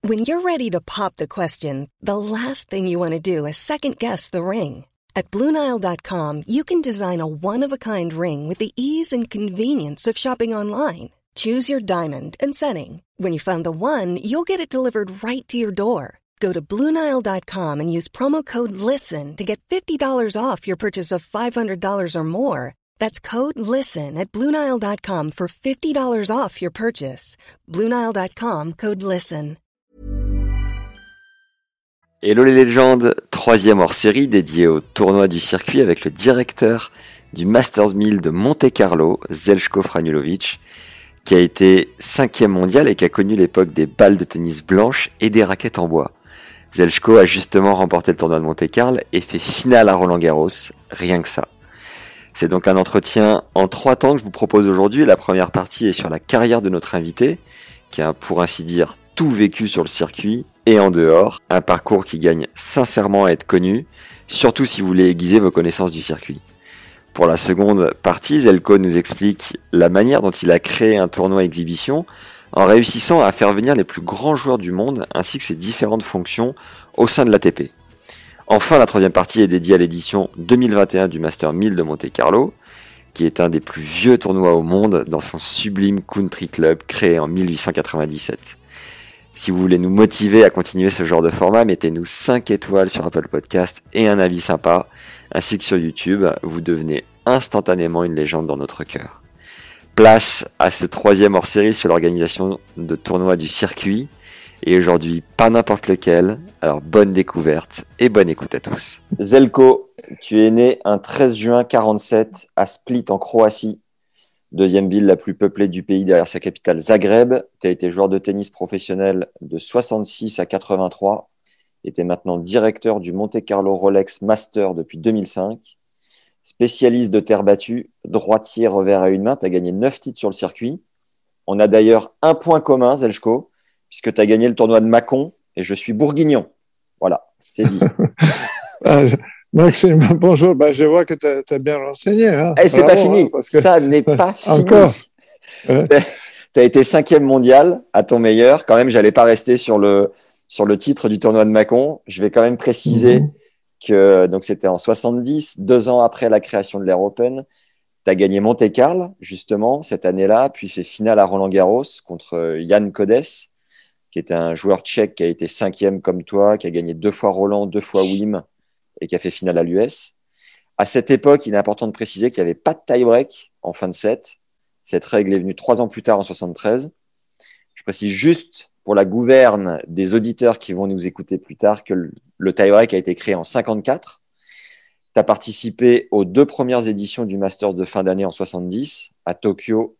When you're ready to pop the question, the last thing you want to do is second-guess the ring. At BlueNile.com, you can design a one-of-a-kind ring with the ease and convenience of shopping online. Choose your diamond and setting. When you find the one, you'll get it delivered right to your door. Go to BlueNile.com and use promo code LISTEN to get $50 off your purchase of $500 or more. That's code LISTEN at BlueNile.com for $50 off your purchase. BlueNile.com, code LISTEN. Hello les légendes, troisième hors-série dédié au tournoi du circuit avec le directeur du Masters 1000 de Monte-Carlo, Željko Franulović, qui a été 5e mondial et qui a connu l'époque des balles de tennis blanches et des raquettes en bois. Željko a justement remporté le tournoi de Monte-Carlo et fait finale à Roland-Garros, rien que ça. C'est donc un entretien en 3 temps que je vous propose aujourd'hui. La première partie est sur la carrière de notre invité, qui a pour ainsi dire tout vécu sur le circuit et en dehors, un parcours qui gagne sincèrement à être connu, surtout si vous voulez aiguiser vos connaissances du circuit. Pour la seconde partie, Željko nous explique la manière dont il a créé un tournoi exhibition en réussissant à faire venir les plus grands joueurs du monde ainsi que ses différentes fonctions au sein de l'ATP. Enfin, la troisième partie est dédiée à l'édition 2021 du Master 1000 de Monte-Carlo, qui est un des plus vieux tournois au monde dans son sublime country club créé en 1897. Si vous voulez nous motiver à continuer ce genre de format, mettez-nous 5 étoiles sur Apple Podcast et un avis sympa, ainsi que sur YouTube, vous devenez instantanément une légende dans notre cœur. Place à ce troisième hors-série sur l'organisation de tournois du circuit, et aujourd'hui pas n'importe lequel, alors bonne découverte et bonne écoute à tous. Željko, tu es né un 13 juin 47 à Split en Croatie, deuxième ville la plus peuplée du pays derrière sa capitale Zagreb. Tu as été joueur de tennis professionnel de 66 à 83 et tu es maintenant directeur du Monte Carlo Rolex Master depuis 2005. Spécialiste de terre battue, droitier revers à une main, tu as gagné 9 titres sur le circuit. On a d'ailleurs un point commun, Željko, puisque tu as gagné le tournoi de Mâcon et je suis bourguignon. Voilà, c'est dit. Maxime, bonjour. Je vois que tu es bien renseigné. Hein. Et c'est pas fini. Ça n'est pas fini. Encore. Tu as été 5e mondial à ton meilleur. Quand même, j'allais pas rester sur le titre du tournoi de Mâcon. Je vais quand même préciser que donc c'était en 70, 2 ans après la création de l'Air Open. Tu as gagné Monte-Carlo, justement, cette année-là, puis fait finale à Roland-Garros contre Jan Kodeš, qui était un joueur tchèque qui a été 5e comme toi, qui a gagné 2 fois Roland, 2 fois Wim, et qui a fait finale à l'US. À cette époque, il est important de préciser qu'il n'y avait pas de tie-break en fin de set. Cette règle est venue 3 ans plus tard, en 73. Je précise juste pour la gouverne des auditeurs qui vont nous écouter plus tard que le tie-break a été créé en 54. Tu as participé aux 2 premières éditions du Masters de fin d'année en 70, à Tokyo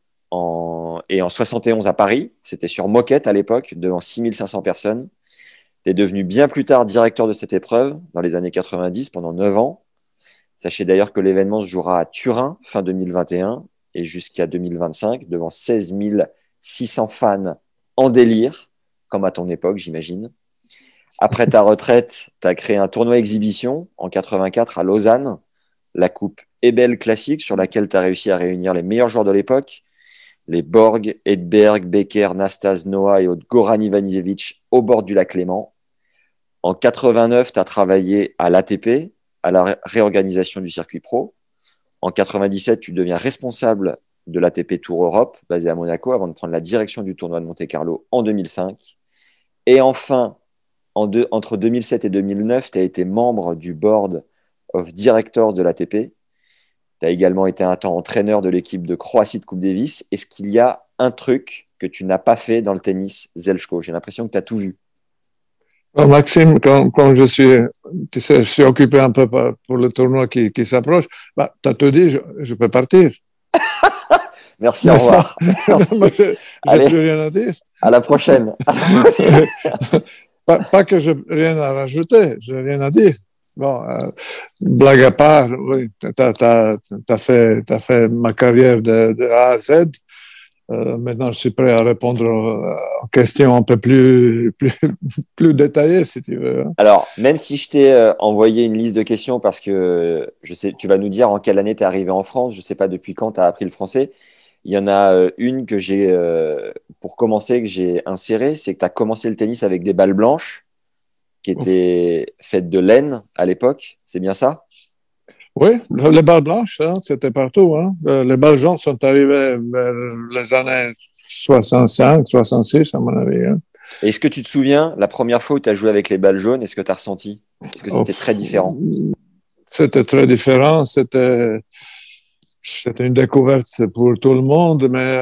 et en 71 à Paris. C'était sur moquette à l'époque, devant 6500 personnes. Tu es devenu bien plus tard directeur de cette épreuve, dans les années 90, pendant 9 ans. Sachez d'ailleurs que l'événement se jouera à Turin, fin 2021, et jusqu'à 2025, devant 16 600 fans en délire, comme à ton époque, j'imagine. Après ta retraite, tu as créé un tournoi exhibition en 84 à Lausanne, la Coupe Ebel Classic, sur laquelle tu as réussi à réunir les meilleurs joueurs de l'époque, les Borg, Edberg, Becker, Nastase, Noah et Goran Ivanisevic au bord du lac Léman. En 89, tu as travaillé à l'ATP, à la réorganisation du circuit pro. En 97, tu deviens responsable de l'ATP Tour Europe, basé à Monaco, avant de prendre la direction du tournoi de Monte-Carlo en 2005. Et enfin, entre 2007 et 2009, tu as été membre du Board of Directors de l'ATP. Tu as également été un temps entraîneur de l'équipe de Croatie de Coupe Davis. Est-ce qu'il y a un truc que tu n'as pas fait dans le tennis, Željko? J'ai l'impression que tu as tout vu. Maxime, quand je suis occupé un peu pour le tournoi qui s'approche, tu as tout dit, je peux partir. Merci, au revoir. J'ai plus rien à dire. À la prochaine. Pas que j'ai rien à rajouter, j'ai rien à dire. Bon, blague à part, oui, t'as fait ma carrière de A à Z. Maintenant, je suis prêt à répondre aux questions un peu plus détaillées, si tu veux. Alors, même si je t'ai envoyé une liste de questions, parce que je sais, tu vas nous dire en quelle année tu es arrivé en France, je ne sais pas depuis quand tu as appris le français, Il y en a une que pour commencer, que j'ai insérée, c'est que tu as commencé le tennis avec des balles blanches qui étaient faites de laine à l'époque. C'est bien ça? Oui, les balles blanches, hein, c'était partout. Hein. Les balles jaunes sont arrivées vers les années 65, 66, à mon avis. Hein. Et est-ce que tu te souviens, la première fois où tu as joué avec les balles jaunes, est-ce que tu as ressenti? Est-ce que c'était très différent? C'était très différent. C'était une découverte pour tout le monde, mais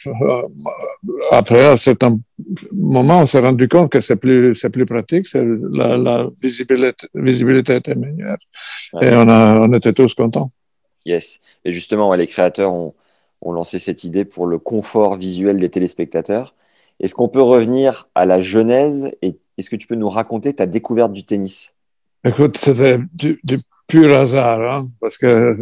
après, à un certain moment, on s'est rendu compte que c'est plus pratique, la visibilité était meilleure. Ouais. Et on était tous contents. Yes. Et justement, les créateurs ont lancé cette idée pour le confort visuel des téléspectateurs. Est-ce qu'on peut revenir à la genèse et est-ce que tu peux nous raconter ta découverte du tennis? Écoute, c'était du pur hasard, hein, parce que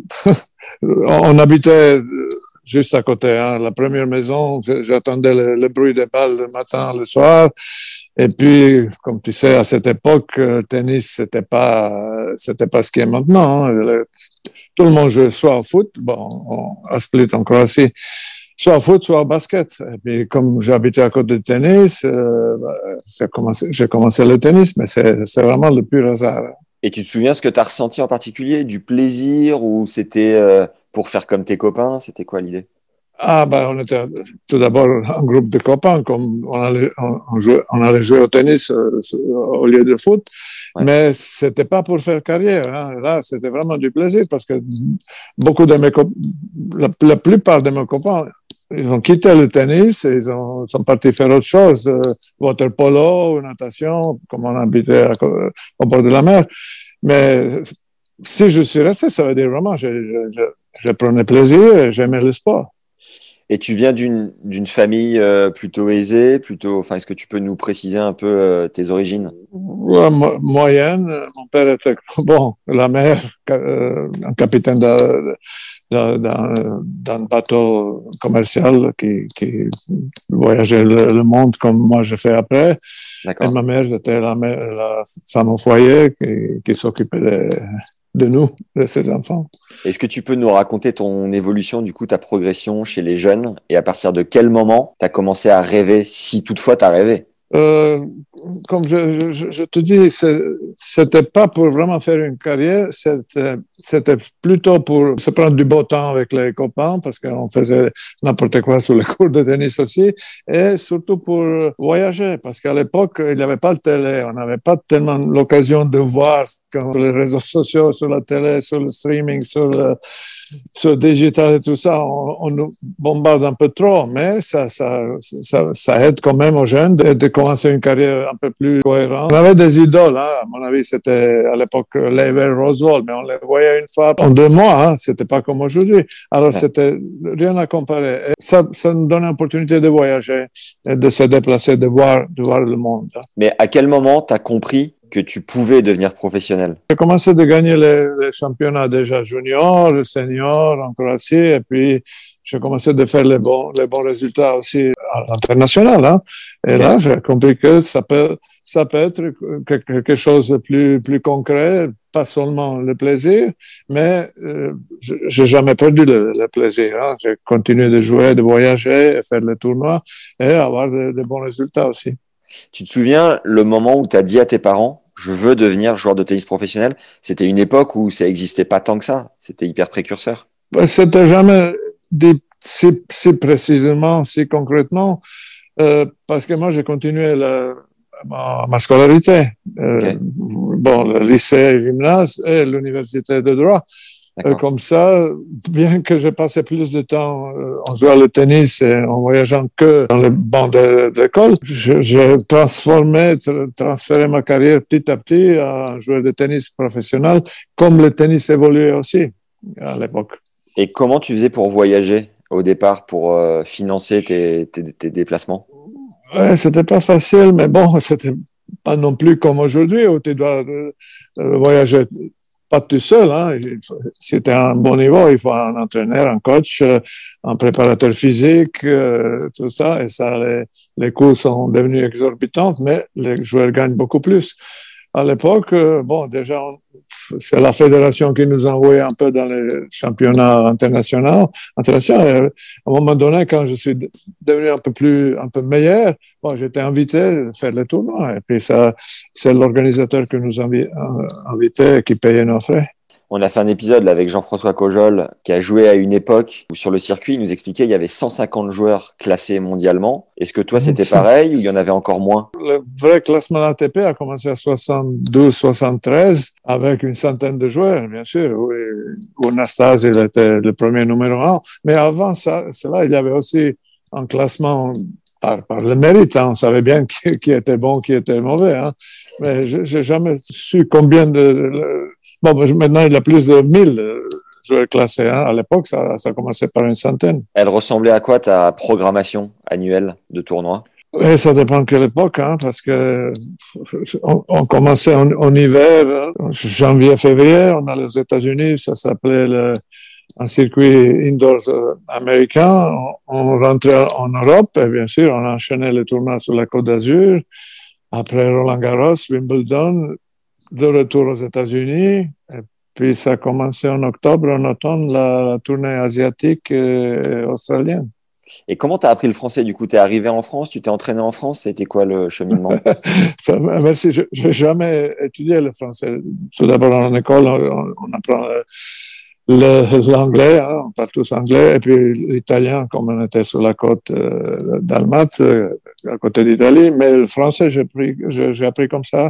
on habitait juste à côté. Hein. La première maison, j'attendais le bruit des balles le matin, le soir. Et puis, comme tu sais, à cette époque, le tennis, c'était pas ce qui est maintenant. Hein. Tout le monde jouait soit au foot, à Split en Croatie, soit au foot, soit au basket. Et puis, comme j'habitais à côté du tennis, j'ai commencé le tennis, mais c'est vraiment le pur hasard. Et tu te souviens ce que tu as ressenti en particulier? Du plaisir ou c'était pour faire comme tes copains? C'était quoi l'idée? On était tout d'abord un groupe de copains, comme on allait jouer au tennis au lieu de foot, ouais. Mais c'était pas pour faire carrière. Hein. Là, c'était vraiment du plaisir parce que beaucoup de mes la plupart de mes copains, ils ont quitté le tennis et ils sont partis faire autre chose, water polo, natation, comme on habitait au bord de la mer. Mais si je suis resté, ça veut dire vraiment je prenais plaisir et j'aimais le sport. Et tu viens d'une famille plutôt aisée, est-ce que tu peux nous préciser un peu tes origines? Ouais, moyenne. Mon père était, la mère, un capitaine d'un bateau commercial qui voyageait le monde comme moi j'ai fait après. D'accord. Et ma mère était la femme au foyer qui s'occupait de nous, de ses enfants. Est-ce que tu peux nous raconter ton évolution, du coup, ta progression chez les jeunes et à partir de quel moment tu as commencé à rêver, si toutefois tu as rêvé? Comme je te dis, c'était pas pour vraiment faire une carrière, c'était plutôt pour se prendre du beau temps avec les copains parce qu'on faisait n'importe quoi sur les cours de tennis aussi et surtout pour voyager parce qu'à l'époque, il n'y avait pas de télé, on n'avait pas tellement l'occasion de voir sur les réseaux sociaux, sur la télé, sur le streaming, sur le digital et tout ça, on nous bombarde un peu trop, mais ça aide quand même aux jeunes de commencer une carrière un peu plus cohérente. On avait des idoles, hein. À mon avis, c'était à l'époque Lever, Rosewall, mais on les voyait une fois en 2 mois, hein. C'était pas comme aujourd'hui. Alors, c'était rien à comparer. Et ça nous donne l'opportunité de voyager, et de se déplacer, de voir le monde. Mais à quel moment tu as compris que tu pouvais devenir professionnel? J'ai commencé à gagner les championnats déjà juniors, seniors en Croatie, et puis j'ai commencé à faire les bons résultats aussi à l'international. Hein. Et là, j'ai compris que ça peut être quelque chose de plus concret, pas seulement le plaisir, mais j'ai jamais perdu le plaisir. Hein. J'ai continué de jouer, de voyager, faire les tournois et avoir de bons résultats aussi. Tu te souviens le moment où tu as dit à tes parents je veux devenir joueur de tennis professionnel? C'était une époque où ça n'existait pas tant que ça. C'était hyper précurseur. C'était jamais dit si précisément, si concrètement, parce que moi, j'ai continué ma scolarité. Okay. Le lycée, le gymnase et l'université de droit. Comme ça, bien que j'ai passé plus de temps en jouant le tennis et en voyageant que dans les bancs d'école, j'ai transféré ma carrière petit à petit à un joueur de tennis professionnel, comme le tennis évoluait aussi à l'époque. Et comment tu faisais pour voyager au départ, pour financer tes déplacements? Ouais, c'était pas facile, mais c'était pas non plus comme aujourd'hui où tu dois voyager pas tout seul. Hein. Si tu es à un bon niveau, il faut un entraîneur, un coach, un préparateur physique, tout ça. Et ça, les coûts sont devenus exorbitants, mais les joueurs gagnent beaucoup plus. À l'époque, bon, déjà, c'est la fédération qui nous envoyait un peu dans les championnats internationaux. À un moment donné, quand je suis devenu un peu meilleur, bon, j'étais invité à faire les tournois. Et puis ça, c'est l'organisateur qui nous invitait et qui payait nos frais. On a fait un épisode là, avec Jean-François Cojol qui a joué à une époque où sur le circuit, il nous expliquait qu'il y avait 150 joueurs classés mondialement. Est-ce que toi, c'était pareil ou il y en avait encore moins? Le vrai classement ATP a commencé à 72-73 avec une centaine de joueurs, bien sûr. Où Nastase, il était le premier numéro un. Mais avant cela, il y avait aussi un classement par le mérite. Hein. On savait bien qui était bon, qui était mauvais. Hein. Mais je n'ai jamais su combien Bon, maintenant, il y a plus de 1000 joueurs classés. Hein. À l'époque, ça commençait par une centaine. Elle ressemblait à quoi ta programmation annuelle de tournoi? Et ça dépend de quelle époque, hein, parce que on commençait en hiver, janvier, février, on allait aux États-Unis, ça s'appelait un circuit indoors américain. On rentrait en Europe et bien sûr, on enchaînait les tournois sur la Côte d'Azur. Après Roland-Garros, Wimbledon, de retour aux États-Unis. Et puis, ça a commencé en octobre, en automne, la tournée asiatique et australienne. Et comment tu as appris le français? Du coup, tu es arrivé en France, tu t'es entraîné en France, c'était quoi le cheminement? Merci, je n'ai jamais étudié le français. Tout d'abord, en école, on apprend l'anglais, hein, on parle tous anglais, et puis l'italien, comme on était sur la côte d'Almat, à côté d'Italie. Mais le français, j'ai appris comme ça.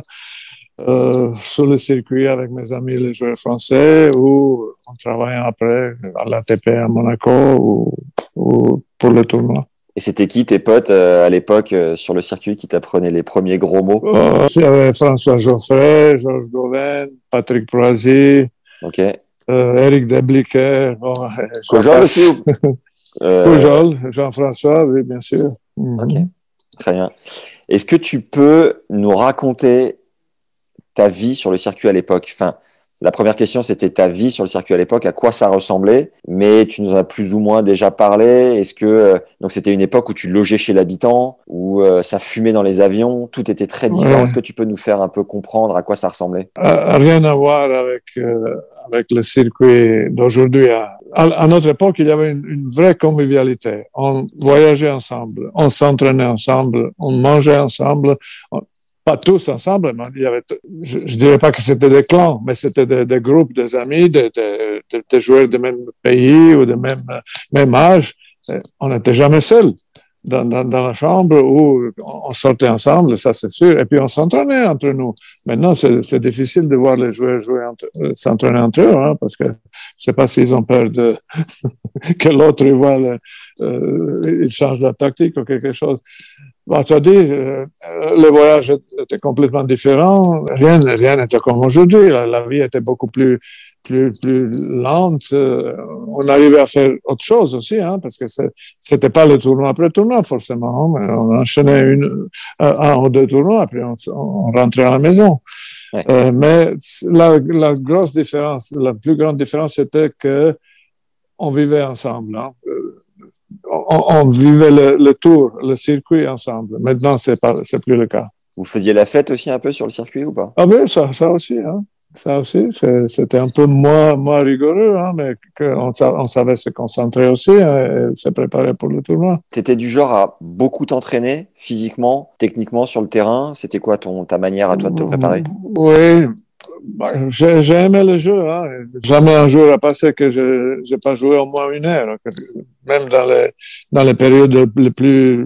Sur le circuit avec mes amis les joueurs français ou en travaillant après à l'ATP à Monaco ou pour le tournoi. Et c'était qui tes potes à l'époque sur le circuit qui t'apprenaient les premiers gros mots? Il y avait François Geoffrey, Georges Goven, Patrick Proisy, Eric Debliquer. Cojol aussi Cojol, Jean-François, oui, bien sûr. Ok, très bien. Est-ce que tu peux nous raconter ta vie sur le circuit à l'époque? Enfin, la première question, c'était ta vie sur le circuit à l'époque, à quoi ça ressemblait, mais tu nous en as plus ou moins déjà parlé. Est-ce que donc c'était une époque où tu logeais chez l'habitant, où ça fumait dans les avions, tout était très différent. Ouais. Est-ce que tu peux nous faire un peu comprendre à quoi ça ressemblait? Rien à voir avec le circuit d'aujourd'hui. À notre époque, il y avait une vraie convivialité. On voyageait ensemble, on s'entraînait ensemble, on mangeait ensemble. Pas tous ensemble, mais il y avait, je dirais pas que c'était des clans, mais c'était des groupes, des amis, des joueurs du même pays ou de même âge. On n'était jamais seuls dans la chambre où on sortait ensemble, ça c'est sûr, et puis on s'entraînait entre nous. Maintenant, c'est difficile de voir les joueurs s'entraîner entre eux, hein, parce que je sais pas s'ils ont peur que l'autre il change la tactique ou quelque chose. Bon, tu as dit, le voyage était complètement différent. Rien n'était comme aujourd'hui. La vie était beaucoup plus lente. On arrivait à faire autre chose aussi, hein, parce que c'était pas le tournoi après tournoi, forcément. Hein, on enchaînait un ou deux tournois, après on rentrait à la maison. Ouais. Mais la grosse différence, la plus grande différence, c'était que on vivait ensemble. Hein. On vivait le tour, le circuit ensemble. Maintenant, c'est plus le cas. Vous faisiez la fête aussi un peu sur le circuit ou pas? Ah oui, ça aussi. Hein. Ça aussi, c'était un peu moins rigoureux, hein, mais on savait se concentrer aussi hein, et se préparer pour le tournoi. Tu étais du genre à beaucoup t'entraîner physiquement, techniquement sur le terrain. C'était quoi ta manière à toi de te préparer? Oui. J'ai aimé le jeu. Hein. Jamais un jour a passé que je n'ai pas joué au moins une heure. Même dans les périodes les plus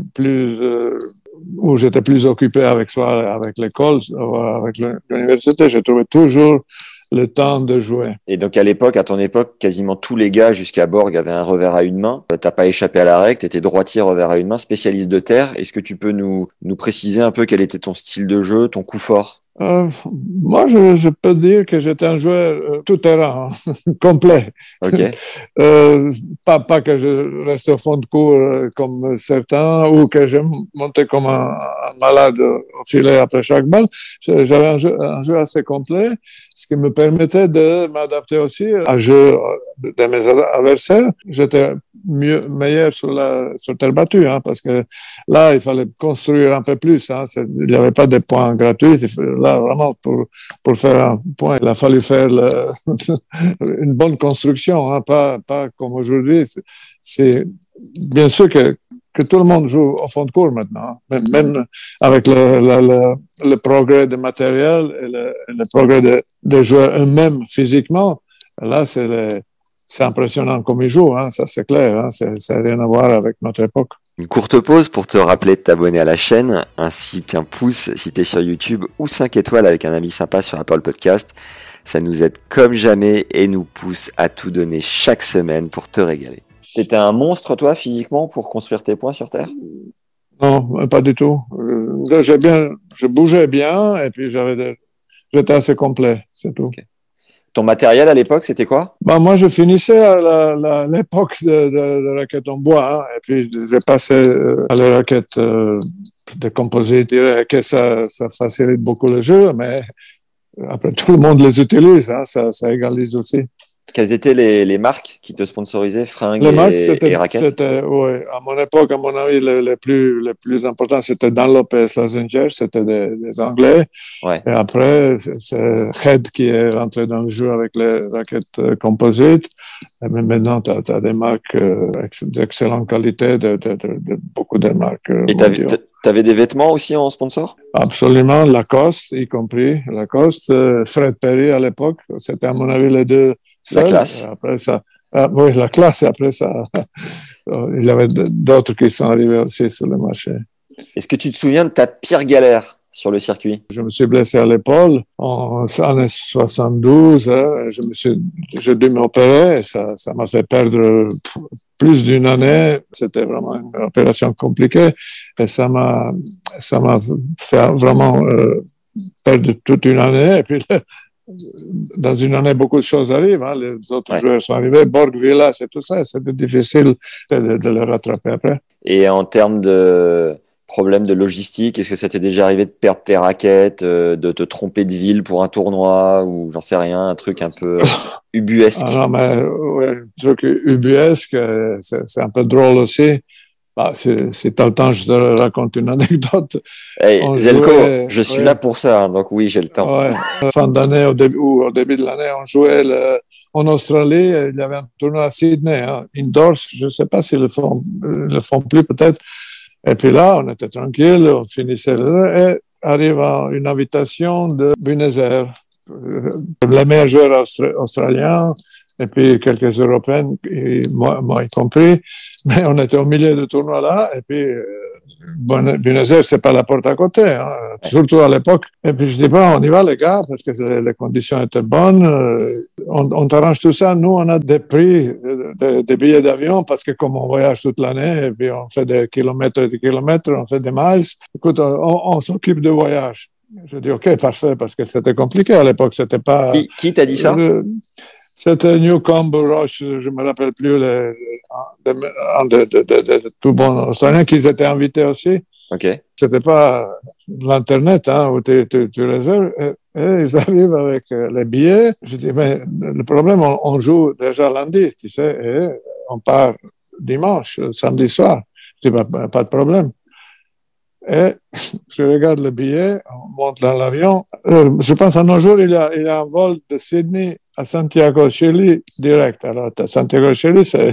où j'étais plus occupé avec l'école, avec l'université, j'ai trouvé toujours le temps de jouer. Et donc à l'époque, à ton époque, quasiment tous les gars jusqu'à Borg avaient un revers à une main. T'as pas échappé à la règle, t'étais droitier, revers à une main, spécialiste de terre. Est-ce que tu peux nous préciser un peu quel était ton style de jeu, ton coup fort? Moi, je peux dire que j'étais un joueur tout terrain, complet. Okay. Pas que je reste au fond de cours comme certains ou que je montais comme un malade au filet après chaque balle. J'avais un jeu assez complet ce qui me permettait de m'adapter aussi à jeu de mes adversaires. J'étais meilleur sur terre battue, hein, parce que là, il fallait construire un peu plus. Hein. Il n'y avait pas de points gratuits. Là, vraiment, pour faire un point, il a fallu faire une bonne construction, hein, pas comme aujourd'hui. C'est bien sûr que tout le monde joue au fond de cours maintenant, hein. Même avec le progrès de matériel et le progrès des joueurs eux-mêmes physiquement. Là, c'est impressionnant comme ils jouent, hein, ça c'est clair, hein, ça n'a rien à voir avec notre époque. Une courte pause pour te rappeler de t'abonner à la chaîne, ainsi qu'un pouce si t'es sur YouTube ou 5 étoiles avec un avis sympa sur Apple Podcast. Ça nous aide comme jamais et nous pousse à tout donner chaque semaine pour te régaler. T'étais un monstre, toi, physiquement, pour construire tes points sur Terre? Non, pas du tout. Je bougeais bien et puis j'étais assez complet, c'est tout. Okay. Ton matériel à l'époque, c'était quoi? Moi, je finissais à l'époque de raquettes en bois, hein, et puis j'ai passé à la raquette de composite. Je dirais que ça facilite beaucoup le jeu, mais après, tout le monde les utilise, hein, ça égalise aussi. Quelles étaient les marques qui te sponsorisaient, fringues et raquettes? Ouais, à mon époque, à mon avis, les plus importants, c'était Dunlop et Slazenger, c'était des Anglais. Ouais. Et après, c'est Head qui est rentré dans le jeu avec les raquettes composites. Mais maintenant, tu as des marques d'excellente qualité, de beaucoup de marques. Et tu avais des vêtements aussi en sponsor? Absolument, Lacoste, y compris. Lacoste, Fred Perry à l'époque, c'était à mon avis les deux. La classe. Après ça, oui, la classe, et après ça, il y avait d'autres qui sont arrivés aussi sur le marché. Est-ce que tu te souviens de ta pire galère sur le circuit? Je me suis blessé à l'épaule en année 72. J'ai dû m'opérer. Ça m'a fait perdre plus d'une année. C'était vraiment une opération compliquée. Et ça m'a fait vraiment perdre toute une année. Et puis, dans une année, beaucoup de choses arrivent. Hein. Les autres joueurs sont arrivés, Borg, Villas et tout ça. C'était difficile de le rattraper après. Et en termes de problèmes de logistique, est-ce que ça t'est déjà arrivé de perdre tes raquettes, de te tromper de ville pour un tournoi ou j'en sais rien, un truc un peu ubuesque? Non, mais un truc ubuesque, c'est un peu drôle aussi. Si tu as le temps, je te raconte une anecdote. Hey, Zelko, je suis là pour ça, hein, donc oui, j'ai le temps. Ouais. Fin d'année, au début de l'année, on jouait en Australie. Il y avait un tournoi à Sydney, hein, indoors. Je ne sais pas s'ils le font plus peut-être. Et puis là, on était tranquille, on finissait et arrive une invitation de Buenos Aires, les meilleurs joueurs australiens. Et puis quelques Européens, moi y compris. Mais on était au milieu du tournoi là, et puis Buenos Aires, c'est pas la porte à côté, hein, surtout à l'époque. Et puis je dis, on y va les gars, parce que les conditions étaient bonnes. On t'arrange tout ça. Nous, on a des prix, des billets d'avion, parce que comme on voyage toute l'année, et puis on fait des kilomètres, on fait des miles. Écoute, on s'occupe du voyage. Je dis, OK, parfait, parce que c'était compliqué à l'époque. C'était pas. Qui t'a dit ça? C'était Newcombe, Roche, je me rappelle plus, un de tout bons Australiens qui étaient invités aussi. Ok. C'était pas l'Internet, hein, où tu réserves. Et ils arrivent avec les billets. Je dis, mais le problème, on joue déjà lundi, tu sais, et on part dimanche, samedi soir. Je dis, pas de problème. Et je regarde le billet, on monte dans l'avion. Je pense à nos jours, il y a un vol de Sydney à Santiago, Chili, direct. Alors, Santiago, Chili, c'est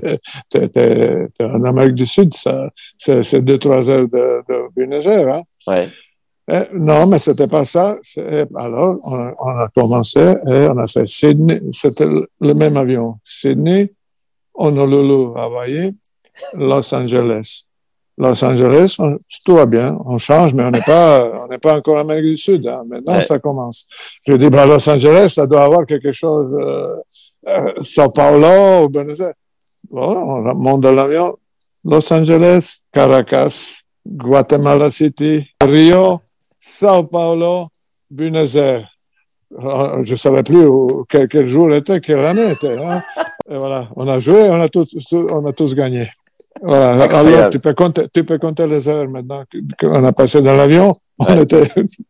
en Amérique du Sud, c'est 2-3 heures de Buenos Aires. Hein? Ouais. Non, mais c'était pas ça. Alors, on a commencé et on a fait Sydney. C'était le même avion. Sydney, Honolulu, Hawaii, Los Angeles. Los Angeles, tout va bien, on change, mais on n'est pas encore en Amérique du Sud. Hein. Maintenant, ça commence. Je dis, Los Angeles, ça doit avoir quelque chose, São Paulo ou Buenos Aires. Bon, on monte de l'avion. Los Angeles, Caracas, Guatemala City, Rio, São Paulo, Buenos Aires. Je ne savais plus quel jour était, quelle année était. Hein. Et voilà, on a joué, on a tous gagné. Voilà. Alors, tu peux compter les heures maintenant qu'on a passé dans l'avion. On était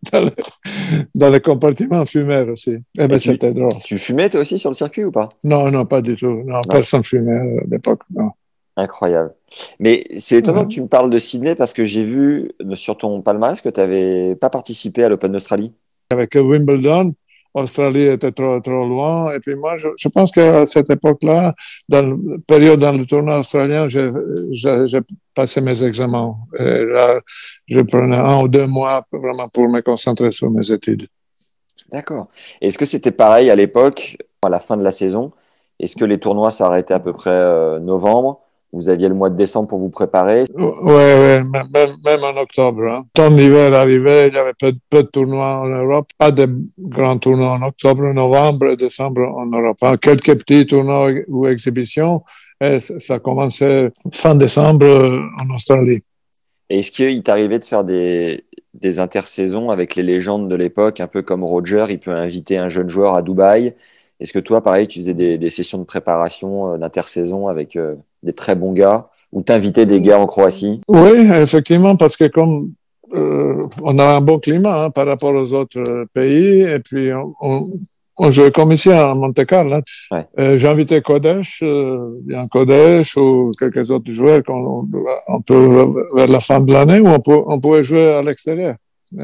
dans le compartiment fumeur aussi. Eh bien, c'était drôle. Tu fumais toi aussi sur le circuit ou pas? Non, pas du tout. Non, personne fumait à l'époque. Non. Incroyable. Mais c'est étonnant que tu me parles de Sydney parce que j'ai vu sur ton palmarès que tu n'avais pas participé à l'Open d'Australie. Avec Wimbledon, Australie était trop loin. Et puis moi, je pense qu'à cette époque-là, dans la période dans le tournoi australien, j'ai passé mes examens. Et là, je prenais 1 ou 2 mois vraiment pour me concentrer sur mes études. D'accord. Est-ce que c'était pareil à l'époque, à la fin de la saison? Est-ce que les tournois s'arrêtaient à peu près novembre? Vous aviez le mois de décembre pour vous préparer? Oui, même en octobre. Hein. Quand l'hiver arrivait, il y avait peu de tournois en Europe, pas de grands tournois en octobre, novembre et décembre en Europe. Hein. Quelques petits tournois ou exhibitions, et ça commençait fin décembre en Australie. Et est-ce qu'il t'arrivait de faire des intersaisons avec les légendes de l'époque, un peu comme Roger, il peut inviter un jeune joueur à Dubaï? Est-ce que toi, pareil, tu faisais des sessions de préparation d'intersaison avec des très bons gars ou t'invitais des gars en Croatie? Oui, effectivement, parce que comme on a un bon climat par rapport aux autres pays, et puis on jouait comme ici à Monte-Carlo. Ouais. J'ai invité Kodesh, bien Kodesh ou quelques autres joueurs on peut vers la fin de l'année où on pouvait jouer à l'extérieur.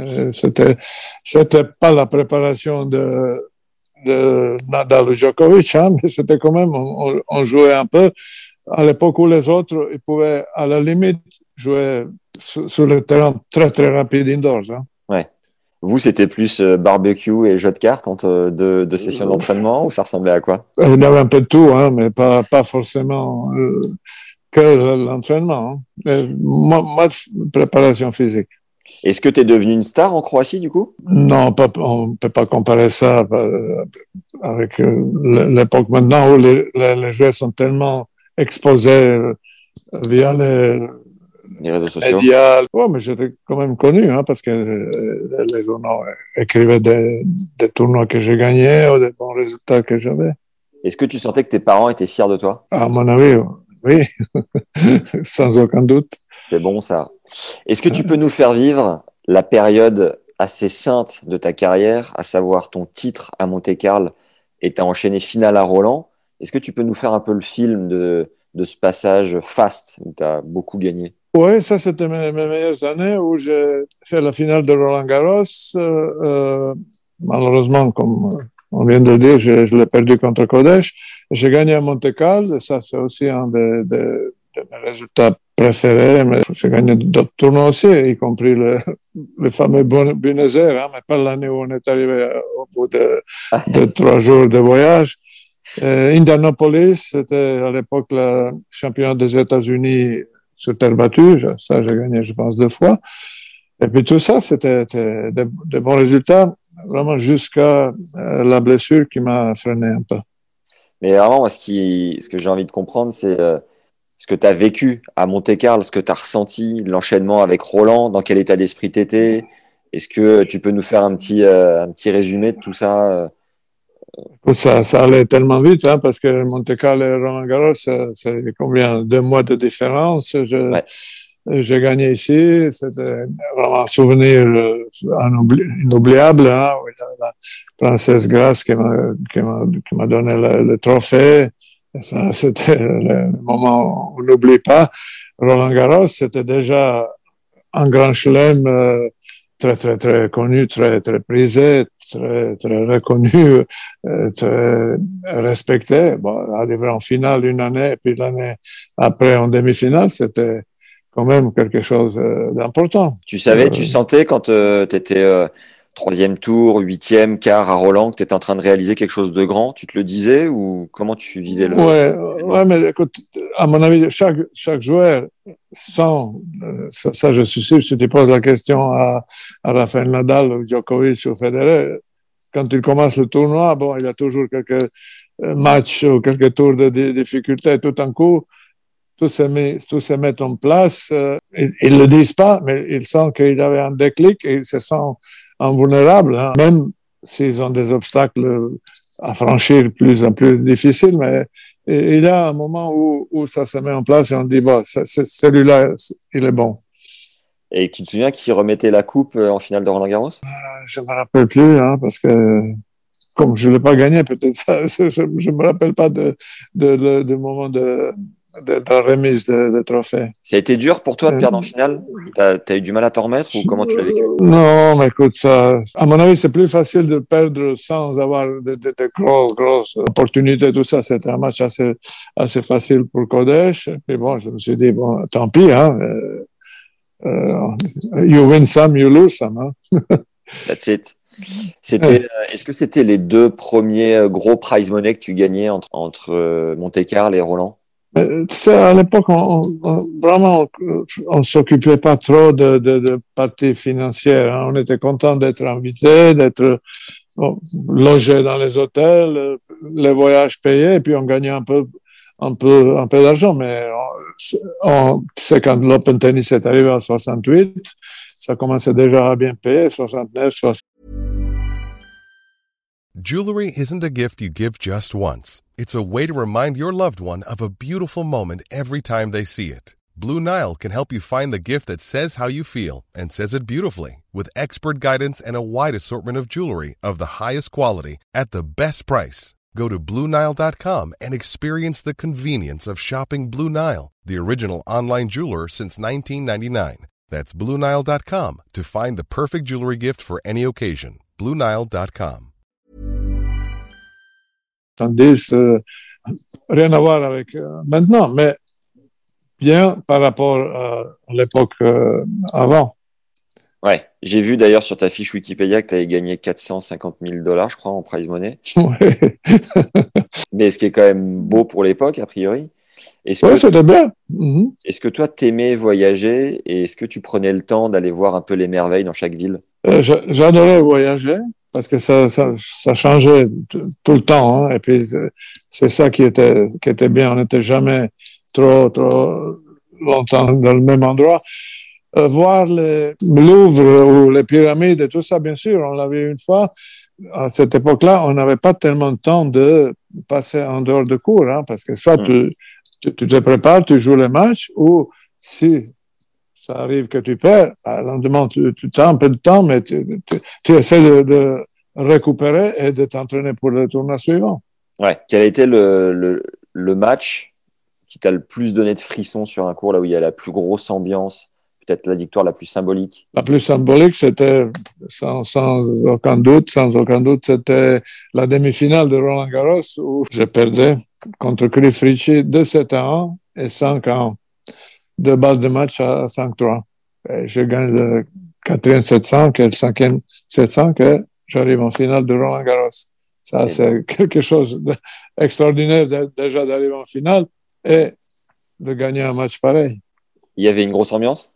C'était pas la préparation de Nadal ou Djokovic, mais c'était quand même, on jouait un peu à l'époque où les autres, ils pouvaient à la limite jouer sur le terrain très très rapide indoors. Hein. Ouais. Vous, c'était plus barbecue et jeu de cartes entre deux sessions d'entraînement ou ça ressemblait à quoi? Il y avait un peu de tout, hein, mais pas forcément que l'entraînement. Hein. Moi, préparation physique. Est-ce que tu es devenu une star en Croatie, du coup? Non, on ne peut pas comparer ça avec l'époque maintenant où les joueurs sont tellement exposés via les réseaux sociaux. Médias. Ouais, mais j'étais quand même connu parce que les journaux écrivaient des tournois que j'ai gagnés ou des bons résultats que j'avais. Est-ce que tu sentais que tes parents étaient fiers de toi? À mon avis, oui, sans aucun doute. C'est bon ça. Est-ce que tu peux nous faire vivre la période assez sainte de ta carrière, à savoir ton titre à Monte-Carlo et tu as enchaîné finale à Roland? Est-ce que tu peux nous faire un peu le film de ce passage fast où tu as beaucoup gagné? Oui, ça c'était mes meilleures années où j'ai fait la finale de Roland-Garros. Malheureusement, comme on vient de le dire, je l'ai perdu contre Kodesh. J'ai gagné à Monte-Carlo. Ça, c'est aussi un de mes résultats préférés. Mais j'ai gagné d'autres tournois aussi, y compris le fameux Buenos Aires, mais pas l'année où on est arrivé au bout de 3 jours de voyage. Indianapolis, c'était à l'époque le championnat des États-Unis sur terre battue. Ça, j'ai gagné, je pense, 2 fois. Et puis tout ça, c'était de bons résultats, vraiment jusqu'à la blessure qui m'a freiné un peu. Mais vraiment, ce que j'ai envie de comprendre, c'est ce que tu as vécu à Monte-Carlo, ce que tu as ressenti, l'enchaînement avec Roland, dans quel état d'esprit tu étais. Est-ce que tu peux nous faire un petit résumé de tout ça? Ça allait tellement vite, parce que Monte-Carlo et Roland-Garros, c'est combien? 2 mois de différence. J'ai gagné ici. C'était vraiment un souvenir inoubliable. Hein, où il y a la princesse Grace qui m'a donné le trophée. Et ça, c'était le moment où on n'oublie pas. Roland-Garros, c'était déjà un grand chelem très, très, très connu, très, très prisé, très, très reconnu, très respecté. Bon, arriver en finale une année, et puis l'année après en demi-finale, c'était quand même quelque chose d'important. Tu savais, tu sentais quand tu étais 3e tour, 8e, quart à Roland, que tu étais en train de réaliser quelque chose de grand? Tu te le disais ou comment tu vivais le... Ouais, mais écoute, à mon avis, chaque joueur sent, ça je suis sûr, si tu poses la question à Rafael Nadal, ou Djokovic ou Federer, quand il commence le tournoi, bon, il y a toujours quelques matchs ou quelques tours de difficulté, tout d'un coup, tout se met en place. Ils le disent pas, mais ils sentent qu'il avait un déclic et ils se sentent invulnérables, hein. Même s'ils ont des obstacles à franchir plus en plus difficiles, mais Et il y a un moment où ça se met en place et on dit, bon, celui-là, il est bon. Et tu te souviens qui remettait la coupe en finale de Roland-Garros? Je ne me rappelle plus, hein, parce que comme je ne l'ai pas gagné, peut-être ça, je ne me rappelle pas de moment de remise de trophée. Ça a été dur pour toi de perdre en finale? T'as eu du mal à t'en remettre ou comment tu l'as vécu? Non, mais écoute, ça, à mon avis, c'est plus facile de perdre sans avoir de grosses opportunités, tout ça. C'était un match assez facile pour Kodesh. Et bon, je me suis dit, bon, tant pis, hein. You win some, you lose some, hein. That's it. Est-ce que c'était les deux premiers gros prize money que tu gagnais entre Monte-Carlo et Roland? Tu sais, à l'époque, vraiment, on s'occupait pas trop de partie financière, hein. On était content d'être invité, d'être logé dans les hôtels, les voyages payés, et puis on gagnait un peu d'argent. Mais tu sais, quand l'Open Tennis est arrivé en 68, ça commençait déjà à bien payer, 69, 60. Jewelry isn't a gift you give just once. It's a way to remind your loved one of a beautiful moment every time they see it. Blue Nile can help you find the gift that says how you feel and says it beautifully, with expert guidance and a wide assortment of jewelry of the highest quality at the best price. Go to BlueNile.com and experience the convenience of shopping Blue Nile, the original online jeweler since 1999. That's BlueNile.com to find the perfect jewelry gift for any occasion. BlueNile.com. Rien à voir avec maintenant, mais bien par rapport à l'époque avant. Ouais, j'ai vu d'ailleurs sur ta fiche Wikipédia que tu avais gagné 450 000 $, je crois, en prize money. Ouais. Mais ce qui est quand même beau pour l'époque, a priori. Oui, c'était bien. Est-ce que toi, t'aimais voyager et est-ce que tu prenais le temps d'aller voir un peu les merveilles dans chaque ville? J'adorais voyager parce que ça changeait tout le temps, hein. Et puis, c'est ça qui était bien. On n'était jamais trop longtemps dans le même endroit. Voir le Louvre ou les pyramides et tout ça, bien sûr, on l'a vu une fois. À cette époque-là, on n'avait pas tellement de temps de passer en dehors de cours, hein, parce que soit tu te prépares, tu joues les matchs, ou si ça arrive que tu perds, le lendemain, tu as un peu de temps, mais tu essaies de récupérer et de t'entraîner pour le tournoi suivant. Ouais. Quel a été le match qui t'a le plus donné de frissons sur un cours, là où il y a la plus grosse ambiance? Peut-être la victoire la plus symbolique? La plus symbolique, c'était, sans aucun doute, c'était la demi-finale de Roland-Garros où je perdais contre Cliff Richey 2-7-1 et 5-1. 2 bases de match à 5-3. Et je gagne le 4e 7-5 et le 5e 7-5 et j'arrive en finale de Roland-Garros. Ça, c'est quelque chose d'extraordinaire déjà d'arriver en finale et de gagner un match pareil. Il y avait une grosse ambiance?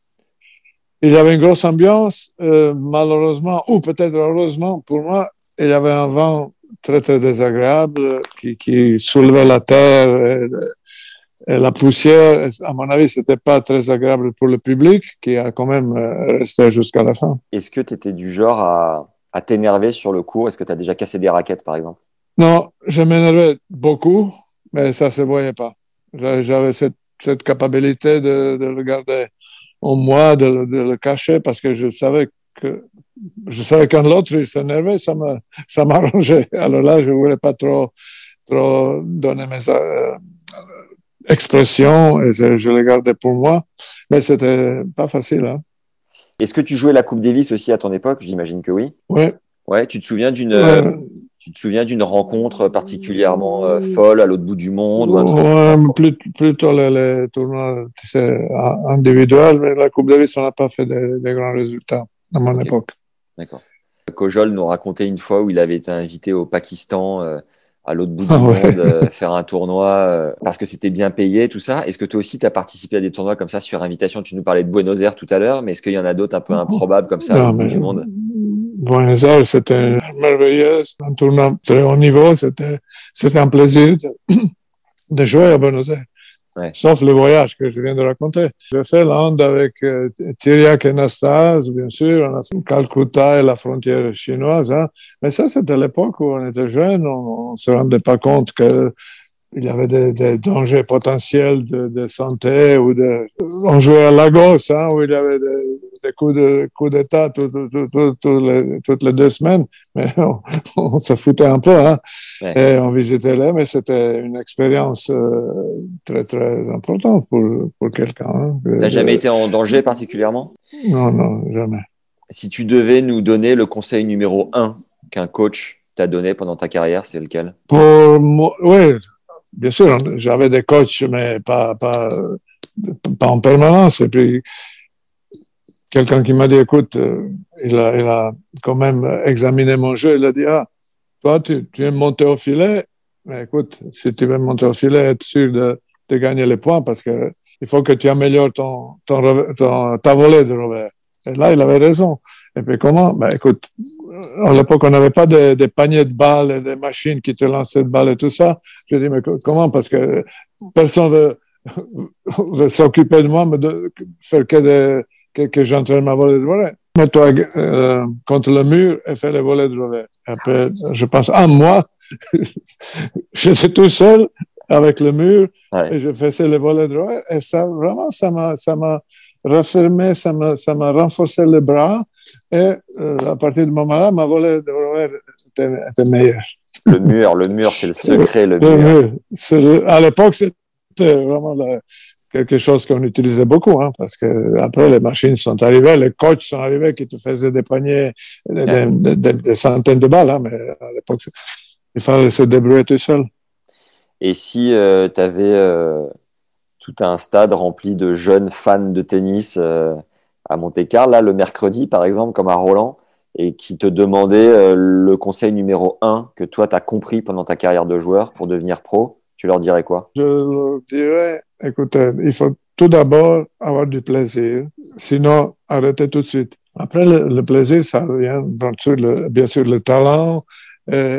Il y avait une grosse ambiance, malheureusement, ou peut-être heureusement pour moi, il y avait un vent très, très désagréable qui soulevait la terre et la poussière. À mon avis, c'était pas très agréable pour le public qui a quand même resté jusqu'à la fin. Est-ce que tu étais du genre à t'énerver sur le court? Est-ce que tu as déjà cassé des raquettes, par exemple? Non, je m'énervais beaucoup, mais ça se voyait pas. J'avais cette capacité de le garder en moi, de le cacher, parce que je savais quand l'autre il s'énervait, ça m'arrangeait. Alors là, je voulais pas trop donner mes expressions et je les gardais pour moi, mais c'était pas facile, hein. Est-ce que tu jouais la Coupe Davis aussi à ton époque? J'imagine que oui. Ouais. Ouais, tu te souviens d'une rencontre particulièrement folle à l'autre bout du monde ou un truc? Plutôt les tournois, tu sais, individuels, mais la Coupe Davis, on n'a pas fait des grands résultats à mon époque. D'accord. Kojol nous racontait une fois où il avait été invité au Pakistan, à l'autre bout du monde, faire un tournoi parce que c'était bien payé, tout ça. Est-ce que toi aussi, tu as participé à des tournois comme ça sur invitation? Tu nous parlais de Buenos Aires tout à l'heure, mais est-ce qu'il y en a d'autres un peu improbables comme ça à l'autre bout du monde? Buenos Aires, c'était merveilleux, un tournoi très haut niveau, c'était un plaisir de jouer à Buenos Aires. Ouais. Sauf le voyage que je viens de raconter. J'ai fait l'Inde avec Thiriac et Nastase, bien sûr. On a fait Calcutta et la frontière chinoise, hein. Mais ça, c'était l'époque où on était jeunes. On ne se rendait pas compte que il y avait des dangers potentiels de santé on jouait à Lagos, hein, où il y avait des coups d'État toutes les 2 semaines, mais on se foutait un peu, hein, et on visitait là, mais c'était une expérience très, très importante pour quelqu'un. Hein, T'as jamais été en danger particulièrement? Non, jamais. Si tu devais nous donner le conseil numéro 1 qu'un coach t'a donné pendant ta carrière, c'est lequel? Pour moi, oui, bien sûr, j'avais des coachs, mais pas en permanence. Et puis, quelqu'un qui m'a dit, écoute, il a quand même examiné mon jeu. Il a dit, toi, tu aimes monter au filet, mais écoute, si tu veux monter au filet, être sûr de gagner les points, parce que il faut que tu améliores ta volée de revers. Et là, il avait raison. Et puis comment? Écoute, à l'époque, on n'avait pas des paniers de balles et des machines qui te lançaient de balles et tout ça. Je dis, mais comment? Parce que personne veut s'occuper de moi, mais de faire que j'entraîne ma volée de volée. Mets-toi contre le mur et fais les volées de volée. Après, je pense, un mois, j'étais tout seul avec le mur et je faisais les volées de volée. Et ça, vraiment, ça m'a raffermé, ça m'a renforcé le bras. Et à partir de ce moment-là, ma volée de volée était meilleure. Le mur, c'est le secret, le mur. À l'époque, c'était vraiment quelque chose qu'on utilisait beaucoup, hein, parce que après les machines sont arrivées, les coachs sont arrivés qui te faisaient des paniers, des centaines de balles, hein, mais à l'époque, il fallait se débrouiller tout seul. Et si tu avais tout un stade rempli de jeunes fans de tennis à Monte-Carlo, là, le mercredi, par exemple, comme à Roland, et qui te demandait le conseil numéro 1 que toi, tu as compris pendant ta carrière de joueur pour devenir pro, tu leur dirais quoi? Je leur dirais, écoutez, il faut tout d'abord avoir du plaisir, sinon arrêtez tout de suite. Après, le plaisir, ça vient bien sûr le talent et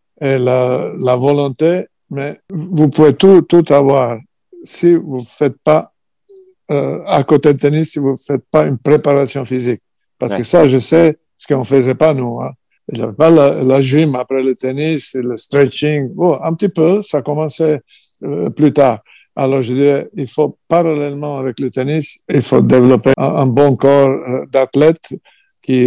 la volonté, mais vous pouvez tout avoir si vous ne faites pas, à côté de tennis, si vous ne faites pas une préparation physique. Parce que ça, je sais ce qu'on ne faisait pas, nous. Hein. Il n'y avait pas la gym après le tennis, le stretching. Bon, un petit peu, ça commençait plus tard. Alors, je dirais, il faut, parallèlement avec le tennis, il faut développer un bon corps d'athlète qui,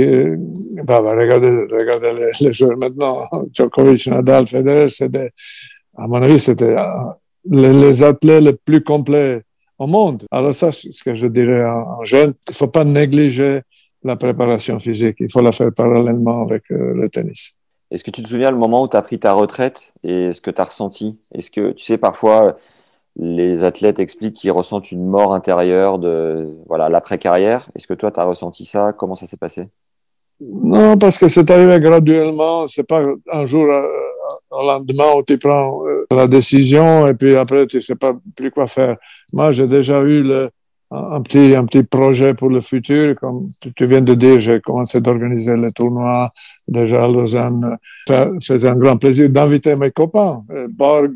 regardez les joueurs maintenant, Djokovic, Nadal, Federer, à mon avis, c'était les athlètes les plus complets au monde. Alors ça, c'est ce que je dirais en jeune. Il ne faut pas négliger la préparation physique. Il faut la faire parallèlement avec le tennis. Est-ce que tu te souviens le moment où tu as pris ta retraite et ce que tu as ressenti? Est-ce que, tu sais, parfois, les athlètes expliquent qu'ils ressentent une mort intérieure de l'après-carrière. Est-ce que toi, tu as ressenti ça? Comment ça s'est passé? Non, parce que c'est arrivé graduellement. C'est pas un jour au lendemain où tu prends la décision et puis après, tu sais pas plus quoi faire. Moi, j'ai déjà eu un petit projet pour le futur. Comme tu viens de dire, j'ai commencé d'organiser les tournois déjà à Lausanne. Faisait un grand plaisir d'inviter mes copains. Borg,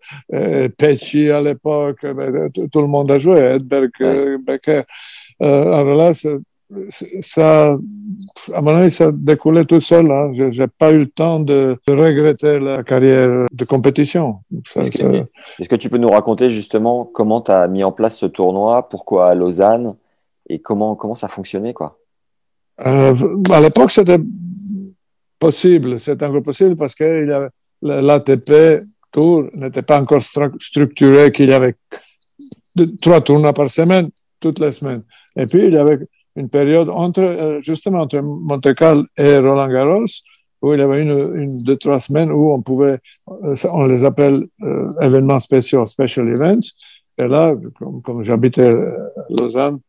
Pesci à l'époque, tout le monde a joué, Edberg, Becker. Alors là, ça, à mon avis, ça découlait tout seul. Hein. Je n'ai pas eu le temps de regretter la carrière de compétition. Est-ce que tu peux nous raconter justement comment tu as mis en place ce tournoi, pourquoi à Lausanne et comment ça fonctionnait, quoi? À l'époque, c'était possible. C'était encore possible parce que l'ATP Tour n'était pas encore structuré, qu'il y avait 3 tournois par semaine, toutes les semaines. Et puis, il y avait une période justement entre Monte-Carlo et Roland-Garros où il y avait 2-3 semaines où on les appelle événements spéciaux, special events. Et là, comme j'habitais à Lausanne,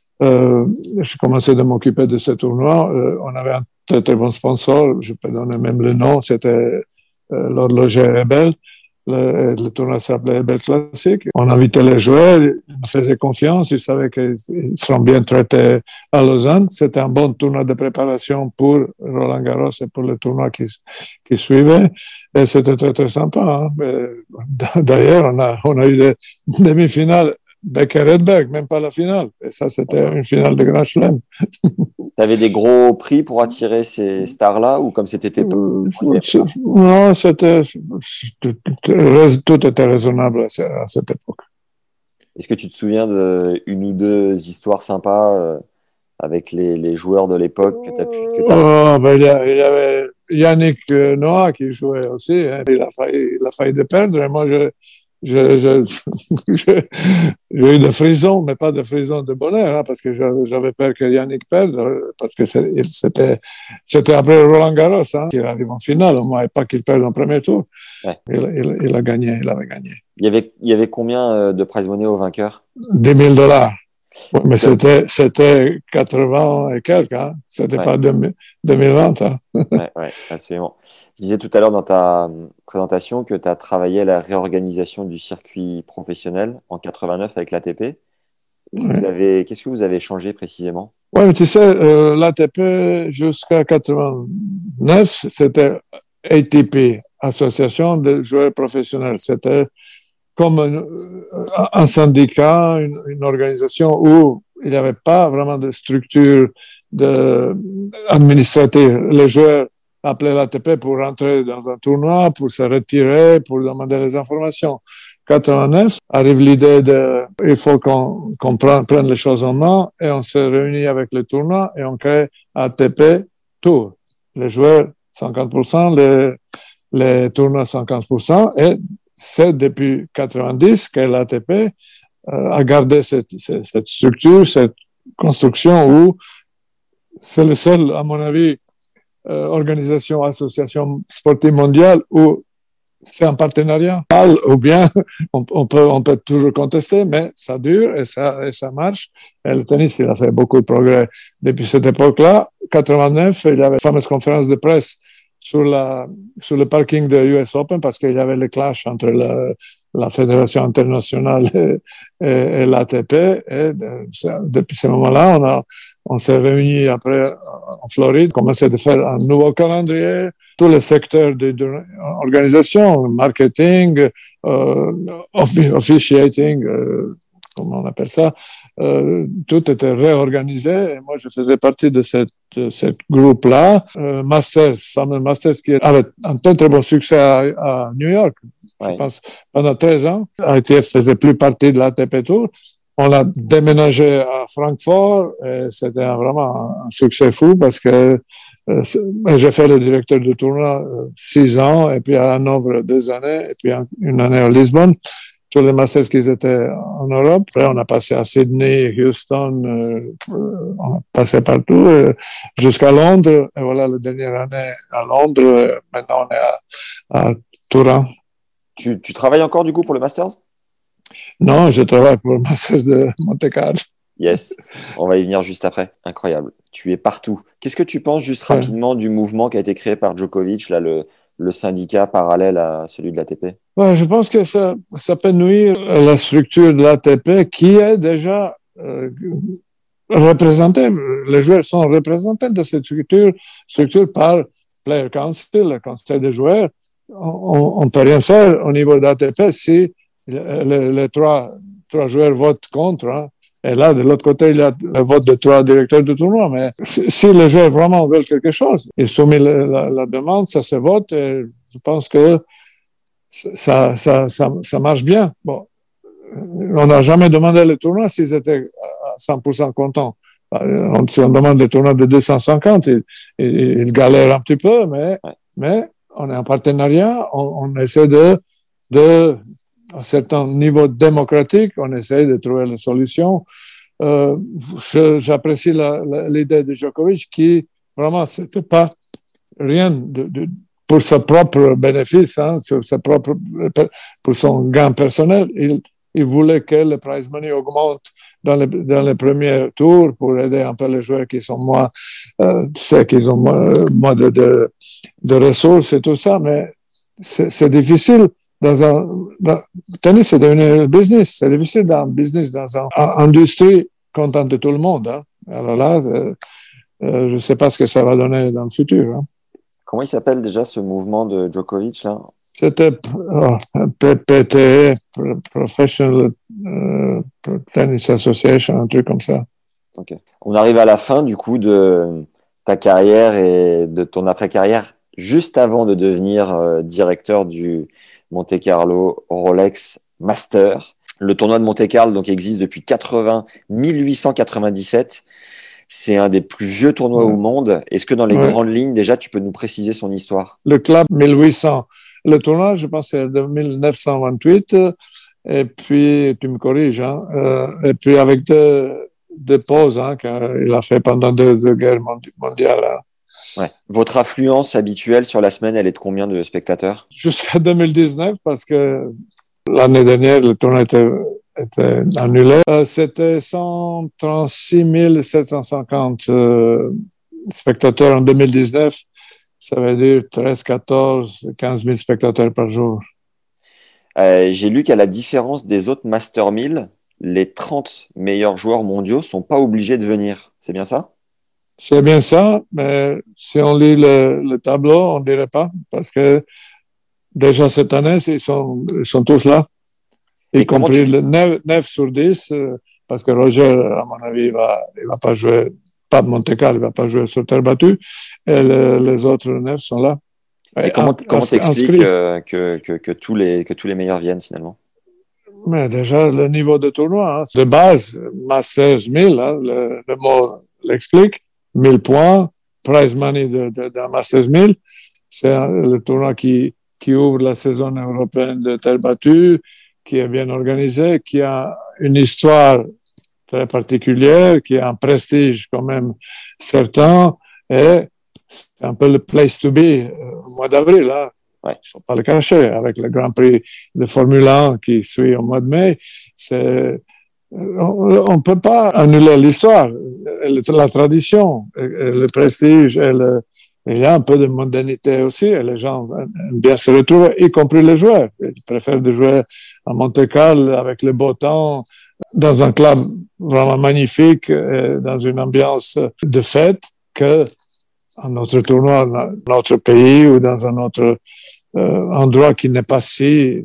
je commençais à m'occuper de ce tournoi. On avait un très, très bon sponsor, je peux donner même le nom, c'était l'horloger Ebel. Le tournoi s'appelait Ebel Classic. On invitait les joueurs, ils me faisaient confiance, ils savaient qu'ils seront bien traités à Lausanne. C'était un bon tournoi de préparation pour Roland Garros et pour le tournoi qui suivait. Et c'était très, très sympa. Hein. D'ailleurs, on a eu des demi-finales Becker-Edberg, même pas la finale. Et ça, c'était une finale de Grand Chelem. Tu avais des gros prix pour attirer ces stars-là ou comme c'était tes potes? Non, tout était raisonnable à cette époque. Est-ce que tu te souviens d'une ou deux histoires sympas avec les joueurs de l'époque que tu as pu il y avait Yannick Noah qui jouait aussi. Hein. Il a failli de perdre. Et moi, j'ai eu des frissons, mais pas des frissons de bonheur, hein, parce que j'avais peur que Yannick perde, parce que c'était après Roland Garros hein, qu'il arrive en finale, et pas qu'il perde en premier tour. Ouais. Il a gagné, il avait gagné. Il y avait combien de prize money au vainqueur? $10,000. Ouais, mais c'était 80 et quelques, hein. C'était pas 2020. Hein. Ouais, absolument. Je disais tout à l'heure dans ta présentation que tu as travaillé à la réorganisation du circuit professionnel en 89 avec l'ATP. Qu'est-ce que vous avez changé précisément? Oui, mais tu sais, l'ATP jusqu'à 89, c'était ATP, Association de joueurs professionnels. C'était comme un syndicat, une organisation où il n'y avait pas vraiment de structure administrative. Les joueurs appelaient l'ATP pour rentrer dans un tournoi, pour se retirer, pour demander les informations. 89, arrive l'idée il faut qu'on prenne les choses en main et on se réunit avec le tournoi et on crée ATP Tour. Les joueurs 50%, les tournois 50% et c'est depuis 90 que l'ATP a gardé cette structure, cette construction où c'est le seul, à mon avis, organisation, association sportive mondiale où c'est un partenariat. Ou bien, on peut toujours contester, mais ça dure et ça marche. Et le tennis, il a fait beaucoup de progrès depuis cette époque-là. 89, il y avait une fameuse conférence de presse sur le parking de US Open parce qu'il y avait le clash entre la Fédération internationale et l'ATP. Et depuis ce moment-là, on s'est réunis après en Floride, commencé à faire un nouveau calendrier, tous les secteurs d'organisation, marketing, officiating, comment on appelle ça, tout était réorganisé et moi je faisais partie de cette groupe-là, fameux Masters qui avait un très bon succès à New York, je pense, pendant 13 ans. ITF faisait plus partie de l'ATP Tour. On l'a déménagé à Francfort et c'était vraiment un succès fou parce que j'ai fait le directeur du tournoi 6 ans et puis à Hanovre 2 années et puis une année à Lisbonne. Tous les Masters qui étaient en Europe. Après, on a passé à Sydney, Houston, on a passé partout jusqu'à Londres. Et voilà, la dernière année à Londres. Maintenant, on est à Turin. Tu travailles encore du coup pour le Masters? Non, je travaille pour le Masters de Monte-Carlo. Yes, on va y venir juste après. Incroyable. Tu es partout. Qu'est-ce que tu penses juste rapidement du mouvement qui a été créé par Djokovic, là, le syndicat parallèle à celui de l'ATP? Ouais, je pense que ça peut nuire à la structure de l'ATP qui est déjà représentée. Les joueurs sont représentés de cette structure par Player Council, le conseil des joueurs. On ne peut rien faire au niveau de l'ATP si les trois joueurs votent contre. Hein. Et là, de l'autre côté, il y a le vote de 3 directeurs de tournoi. Mais si les joueurs vraiment veulent quelque chose, ils soumettent la demande, ça se vote. Et je pense que ça marche bien. Bon, on n'a jamais demandé le tournoi s'ils étaient à 100% contents. Si on demande des tournois de 250, ils galèrent un petit peu, mais on est en partenariat, on essaie à un certain niveau démocratique, on essaie de trouver les solutions. J'apprécie l'idée de Djokovic qui, vraiment, c'était pas rien pour son propre bénéfice, hein, pour son gain personnel. Il voulait que le prize money augmente dans les premiers tours pour aider un peu les joueurs qui sont moins, qu'ils ont moins de ressources et tout ça, mais c'est difficile. Le tennis, c'est devenu un business. C'est difficile dans un business, dans une industrie contente de tout le monde. Hein. Alors là, je ne sais pas ce que ça va donner dans le futur. Hein. Comment il s'appelle déjà ce mouvement de Djokovic là? C'était PTE, Professional Tennis Association, un truc comme ça. Ok. On arrive à la fin du coup de ta carrière et de ton après-carrière, juste avant de devenir directeur du Monte Carlo Rolex Master. Le tournoi de Monte Carlo donc existe depuis 1897. C'est un des plus vieux tournois au monde. Est-ce que dans les grandes lignes, déjà, tu peux nous préciser son histoire? Le club 1800. Le tournoi, je pense, c'est de 1928. Et puis, tu me corriges, hein, et puis avec deux pauses qu'il a fait pendant deux guerres mondiales. Hein. Ouais. Votre affluence habituelle sur la semaine, elle est de combien de spectateurs? Jusqu'à 2019, parce que l'année dernière, le tournoi était annulé. C'était 136 750 spectateurs en 2019. Ça veut dire 13, 14, 15 000 spectateurs par jour. J'ai lu qu'à la différence des autres Master 1000, les 30 meilleurs joueurs mondiaux sont pas obligés de venir. C'est bien ça? C'est bien ça, mais si on lit le tableau, on dirait pas, parce que déjà cette année, ils sont tous là, y compris le 9 sur 10, parce que Roger, à mon avis, il va pas jouer, pas de Monte Carlo, il va pas jouer sur terre battue, et les autres 9 sont là. Et comment t'expliques que tous les meilleurs viennent finalement? Mais déjà, le niveau de tournoi, de base, Masters 1000, le mot l'explique, 1000 points, prize money d'un Masters 1000, c'est le tournoi qui ouvre la saison européenne de terre battue, qui est bien organisé, qui a une histoire très particulière, qui a un prestige quand même certain, et c'est un peu le place to be au mois d'avril. Hein. Il ne faut pas le cacher. Avec le Grand Prix de Formule 1 qui suit au mois de mai, on ne peut pas annuler l'histoire, la tradition, le prestige. Il y a un peu de modernité aussi, et les gens aiment bien se retrouver, y compris les joueurs. Ils préfèrent de jouer à Monte Carlo avec le beau temps, dans un club vraiment magnifique, dans une ambiance de fête, que un autre tournoi dans notre pays ou dans un autre endroit qui n'est pas si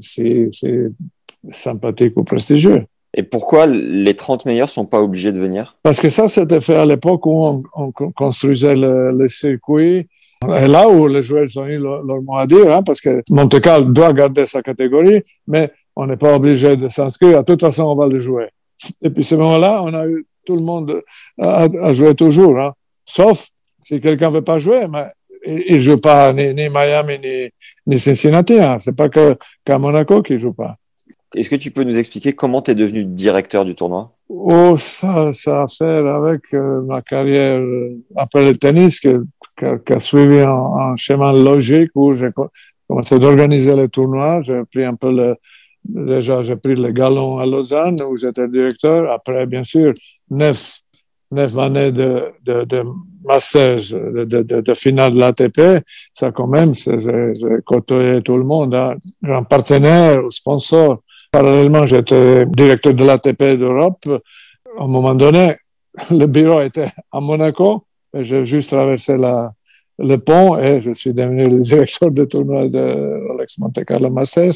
sympathique ou prestigieux. Et pourquoi les 30 meilleurs sont pas obligés de venir? Parce que ça, c'était fait à l'époque où on construisait le circuit. Et là où les joueurs ont eu leur mot à dire, hein, parce que Monte Carlo doit garder sa catégorie, mais on n'est pas obligé de s'inscrire. De toute façon, on va le jouer. Et puis, ce moment-là, on a eu tout le monde à jouer toujours. Hein. Sauf si quelqu'un ne veut pas jouer, mais il ne joue pas ni Miami ni Cincinnati. Hein. Ce n'est pas qu'à Monaco qu'il ne joue pas. Est-ce que tu peux nous expliquer comment tu es devenu directeur du tournoi? Oh, ça a à faire avec ma carrière après le tennis qui a suivi un chemin logique où j'ai commencé d'organiser les tournois. J'ai pris un peu déjà j'ai pris le galon à Lausanne où j'étais directeur. Après, bien sûr, 9 années de masters, de finale de l'ATP. Ça, quand même, j'ai côtoyé tout le monde, hein. Un partenaire, sponsor. Parallèlement, j'étais directeur de l'ATP d'Europe. À un moment donné, le bureau était à Monaco. Et j'ai juste traversé le pont et je suis devenu le directeur de tournoi de Rolex Monte Carlo Masters,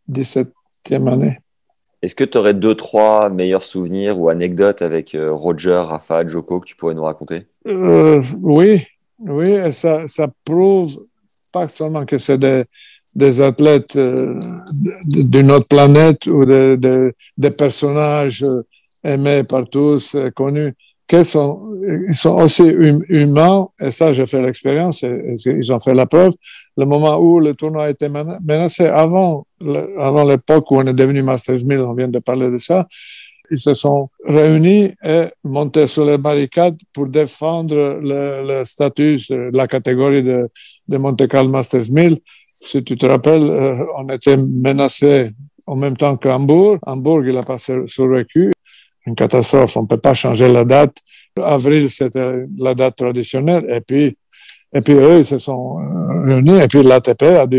17e année. Est-ce que tu aurais 2-3 meilleurs souvenirs ou anecdotes avec Roger, Rafa, Djoko que tu pourrais nous raconter? Oui, et ça prouve pas seulement que c'est des athlètes d'une autre planète ou des personnages aimés par tous, connus, ils sont aussi humains, et ça, j'ai fait l'expérience, et ils ont fait la preuve. Le moment où le tournoi a été menacé, avant l'époque où on est devenu Masters 1000, on vient de parler de ça, ils se sont réunis et montés sur les barricades pour défendre le statut de la catégorie de Monte Carlo Masters 1000. Si tu te rappelles, on était menacés en même temps qu'Hambourg. Hambourg, il a pas survécu. Une catastrophe. On ne peut pas changer la date. Avril, c'était la date traditionnelle. Et puis eux, ils se sont réunis. Et puis l'ATP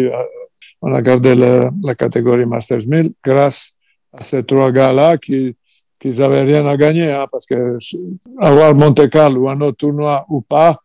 on a gardé la catégorie Masters 1000 grâce à ces trois gars-là qui n'avaient rien à gagner. Hein, parce que avoir Monte Carlo ou un autre tournoi ou pas,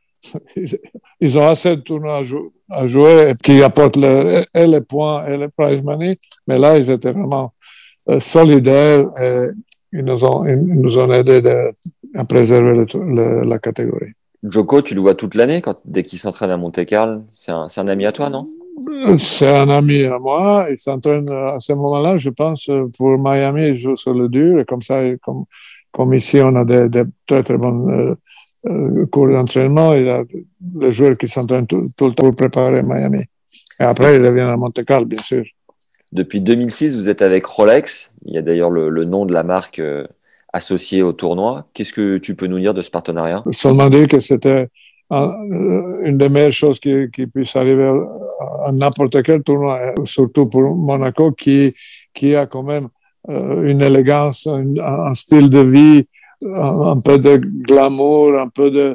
ils ont assez de tournois à jouer qui apportent les points et les prize money. Mais là, ils étaient vraiment solidaires et ils nous ont aidés à préserver la catégorie. Djoko, tu le vois toute l'année dès qu'il s'entraîne à Monte-Carlo. C'est un ami à toi, non? C'est un ami à moi. Il s'entraîne à ce moment-là, je pense, pour Miami. Il joue sur le dur. Et comme ça, comme ici, on a des très, très bonnes cours d'entraînement. Il y a les joueurs qui s'entraînent tout le temps pour préparer Miami. Et après, il revient à Monte-Carlo, bien sûr. Depuis 2006, vous êtes avec Rolex. Il y a d'ailleurs le nom de la marque associée au tournoi. Qu'est-ce que tu peux nous dire de ce partenariat? Seulement dire que c'était une des meilleures choses qui puisse arriver à n'importe quel tournoi, surtout pour Monaco, qui a quand même une élégance, un style de vie, un peu de glamour, un peu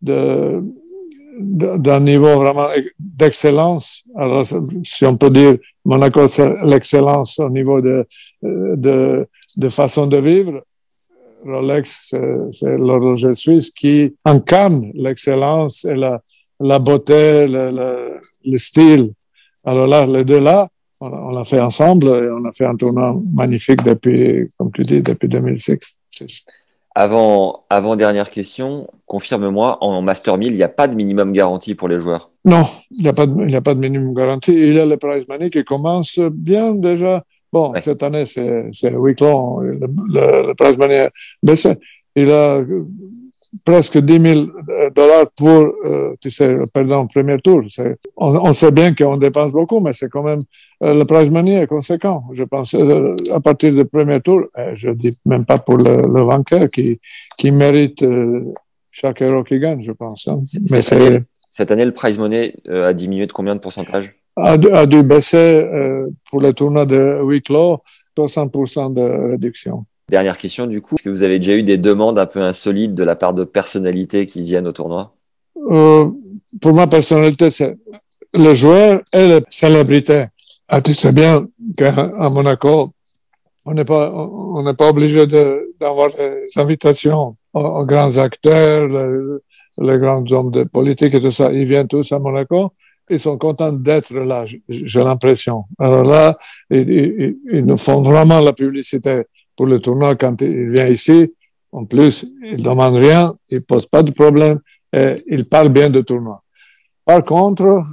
d'un niveau vraiment d'excellence. Alors, si on peut dire Monaco, c'est l'excellence au niveau de façon de vivre. Rolex, c'est l'horloger suisse qui incarne l'excellence et la beauté, le style. Alors là, les deux là, on l'a fait ensemble et on a fait un tournoi magnifique depuis, comme tu dis, depuis 2006. Avant dernière question, confirme-moi, en Master 1000, il n'y a pas de minimum garanti pour les joueurs? Non, il n'y a pas de minimum garanti. Il y a le prize money qui commence bien déjà. Bon, ouais. Cette année, c'est week-long, le prize money a baissé. Il a presque $10,000 pour, tu sais, perdant au premier tour. On sait bien qu'on dépense beaucoup, mais c'est quand même, le prize money est conséquent. Je pense, à partir du premier tour, je dis même pas pour le vainqueur qui mérite chaque euro qu'il gagne, je pense. Hein. Cette année, le prize money a diminué de combien de pourcentage? A dû baisser pour le tournoi de huis clos, 60% de réduction. Dernière question du coup, est-ce que vous avez déjà eu des demandes un peu insolites de la part de personnalités qui viennent au tournoi? Pour ma personnalité, c'est le joueur et les célébrités. Tu sais bien qu'à Monaco, on n'est pas obligé d'avoir des invitations aux grands acteurs, les grands hommes de politique et tout ça. Ils viennent tous à Monaco. Ils sont contents d'être là, j'ai l'impression. Alors là, ils nous font vraiment la publicité pour le tournoi quand ils viennent ici. En plus, ils ne demandent rien, ils ne posent pas de problème et ils parlent bien du tournoi. Par contre,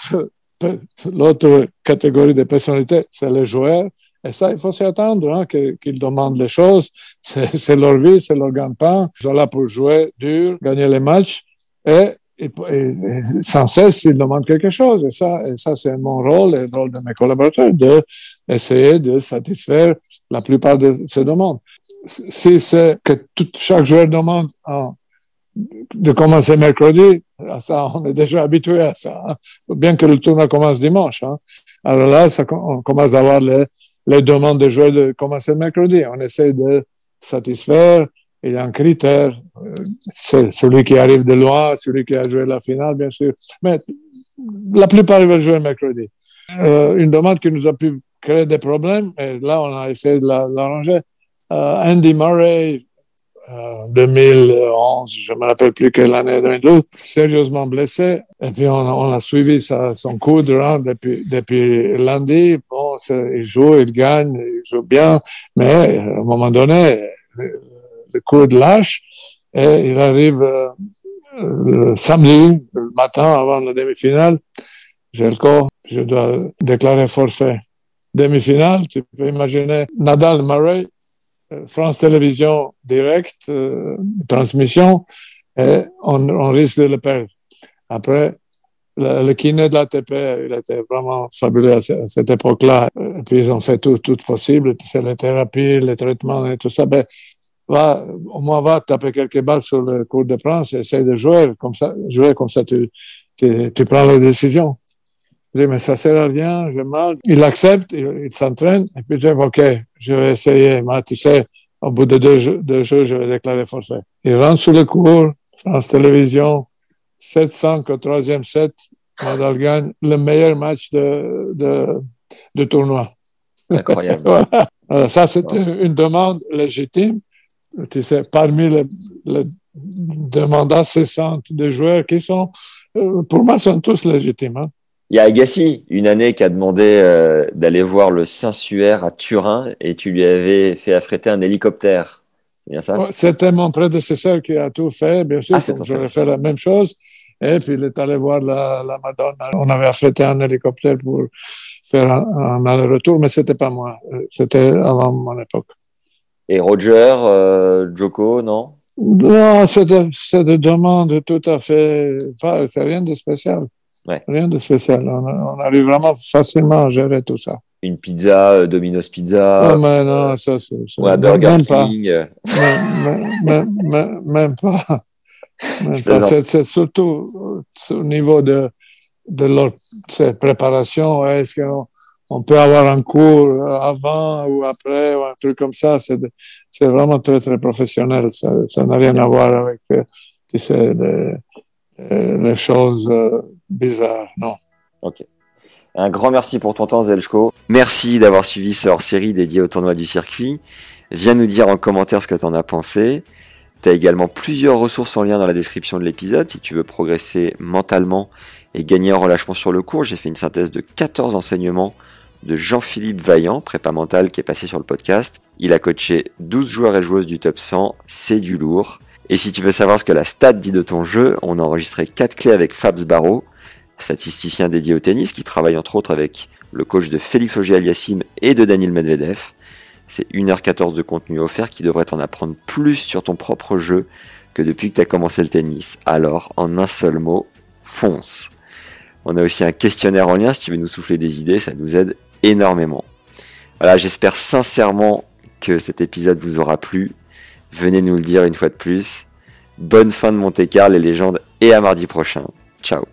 l'autre catégorie de personnalités, c'est les joueurs. Et ça, il faut s'y attendre qu'ils demandent les choses. C'est leur vie, c'est leur gagne-pain. Ils sont là pour jouer dur, gagner les matchs et sans cesse, ils demandent quelque chose. Et ça, c'est mon rôle et le rôle de mes collaborateurs d'essayer de satisfaire la plupart de ces demandes. Si c'est que chaque joueur demande de commencer mercredi, ça, on est déjà habitué à ça, hein, bien que le tournoi commence dimanche. Hein. Alors là, on commence à avoir les demandes des joueurs de commencer mercredi. On essaie de satisfaire. Il y a un critère, c'est celui qui arrive de loin, celui qui a joué la finale, bien sûr. Mais la plupart veulent jouer mercredi. Une demande qui nous a pu créer des problèmes, et là, on a essayé de l'arranger. Andy Murray, 2011, je ne me rappelle plus quelle année, 2012, sérieusement blessé. Et puis, on a suivi son coude depuis lundi. Bon, il joue, il gagne, il joue bien, mais à un moment donné, le coude lâche et il arrive le samedi, le matin avant la demi-finale. J'ai le corps, je dois déclarer forfait. Demi-finale, tu peux imaginer Nadal Murray, France Télévisions direct, transmission, et on risque de le perdre. Après, le kiné de l'ATP, il était vraiment fabuleux à cette époque-là. Et puis ils ont fait tout possible, c'est les thérapies, les traitements et tout ça. Ben, au moins va taper quelques balles sur le cours de France et essaye de jouer comme ça, tu prends les décisions. Je dis, mais ça sert à rien, j'ai mal. Il accepte, il s'entraîne, et puis je dis, OK, je vais essayer. Mais tu sais, au bout de deux jeux, je vais déclarer forfait. Il rentre sur le cours, France Télévisions, 7-5 au troisième set, Nadal gagne le meilleur match de tournoi. Incroyable. Voilà. Alors, ça, c'était une demande légitime. Tu sais, parmi les demandes incessantes des joueurs qui sont, pour moi, sont tous légitimes. Hein. Il y a Agassi, une année qui a demandé d'aller voir le Saint-Suaire à Turin et tu lui avais fait affréter un hélicoptère. C'est bien ça? C'était mon prédécesseur qui a tout fait, bien sûr, c'est comme j'aurais fait la même chose. Et puis, il est allé voir la Madone. On avait affrété un hélicoptère pour faire un aller-retour, mais c'était pas moi. C'était avant mon époque. Et Roger, Joko, non? Non, c'est des demandes tout à fait... C'est rien de spécial. Ouais. Rien de spécial. On arrive vraiment facilement à gérer tout ça. Une pizza, Domino's Pizza. Oh, mais non, ça, c'est... Ou un Burger même King. Même pas. C'est surtout au niveau de cette préparation. Est-ce qu'on peut avoir un cours avant ou après ou un truc comme ça? C'est vraiment très, très professionnel. Ça n'a rien à voir avec les choses bizarres, non. Ok. Un grand merci pour ton temps, Zeljko. Merci d'avoir suivi ce hors-série dédié au tournoi du circuit. Viens nous dire en commentaire ce que tu en as pensé. Tu as également plusieurs ressources en lien dans la description de l'épisode si tu veux progresser mentalement et gagner en relâchement sur le court. J'ai fait une synthèse de 14 enseignements de Jean-Philippe Vaillant, prépa mental, qui est passé sur le podcast. Il a coaché 12 joueurs et joueuses du top 100, c'est du lourd. Et si tu veux savoir ce que la stat dit de ton jeu, on a enregistré 4 clés avec Fabs Barreau, statisticien dédié au tennis, qui travaille entre autres avec le coach de Félix Auger-Aliassime et de Daniil Medvedev. C'est 1h14 de contenu offert qui devrait t'en apprendre plus sur ton propre jeu que depuis que tu as commencé le tennis. Alors, en un seul mot, fonce. On a aussi un questionnaire en lien si tu veux nous souffler des idées, ça nous aide énormément. Voilà, j'espère sincèrement que cet épisode vous aura plu. Venez nous le dire une fois de plus. Bonne fin de Monte-Carlo les légendes et à mardi prochain. Ciao.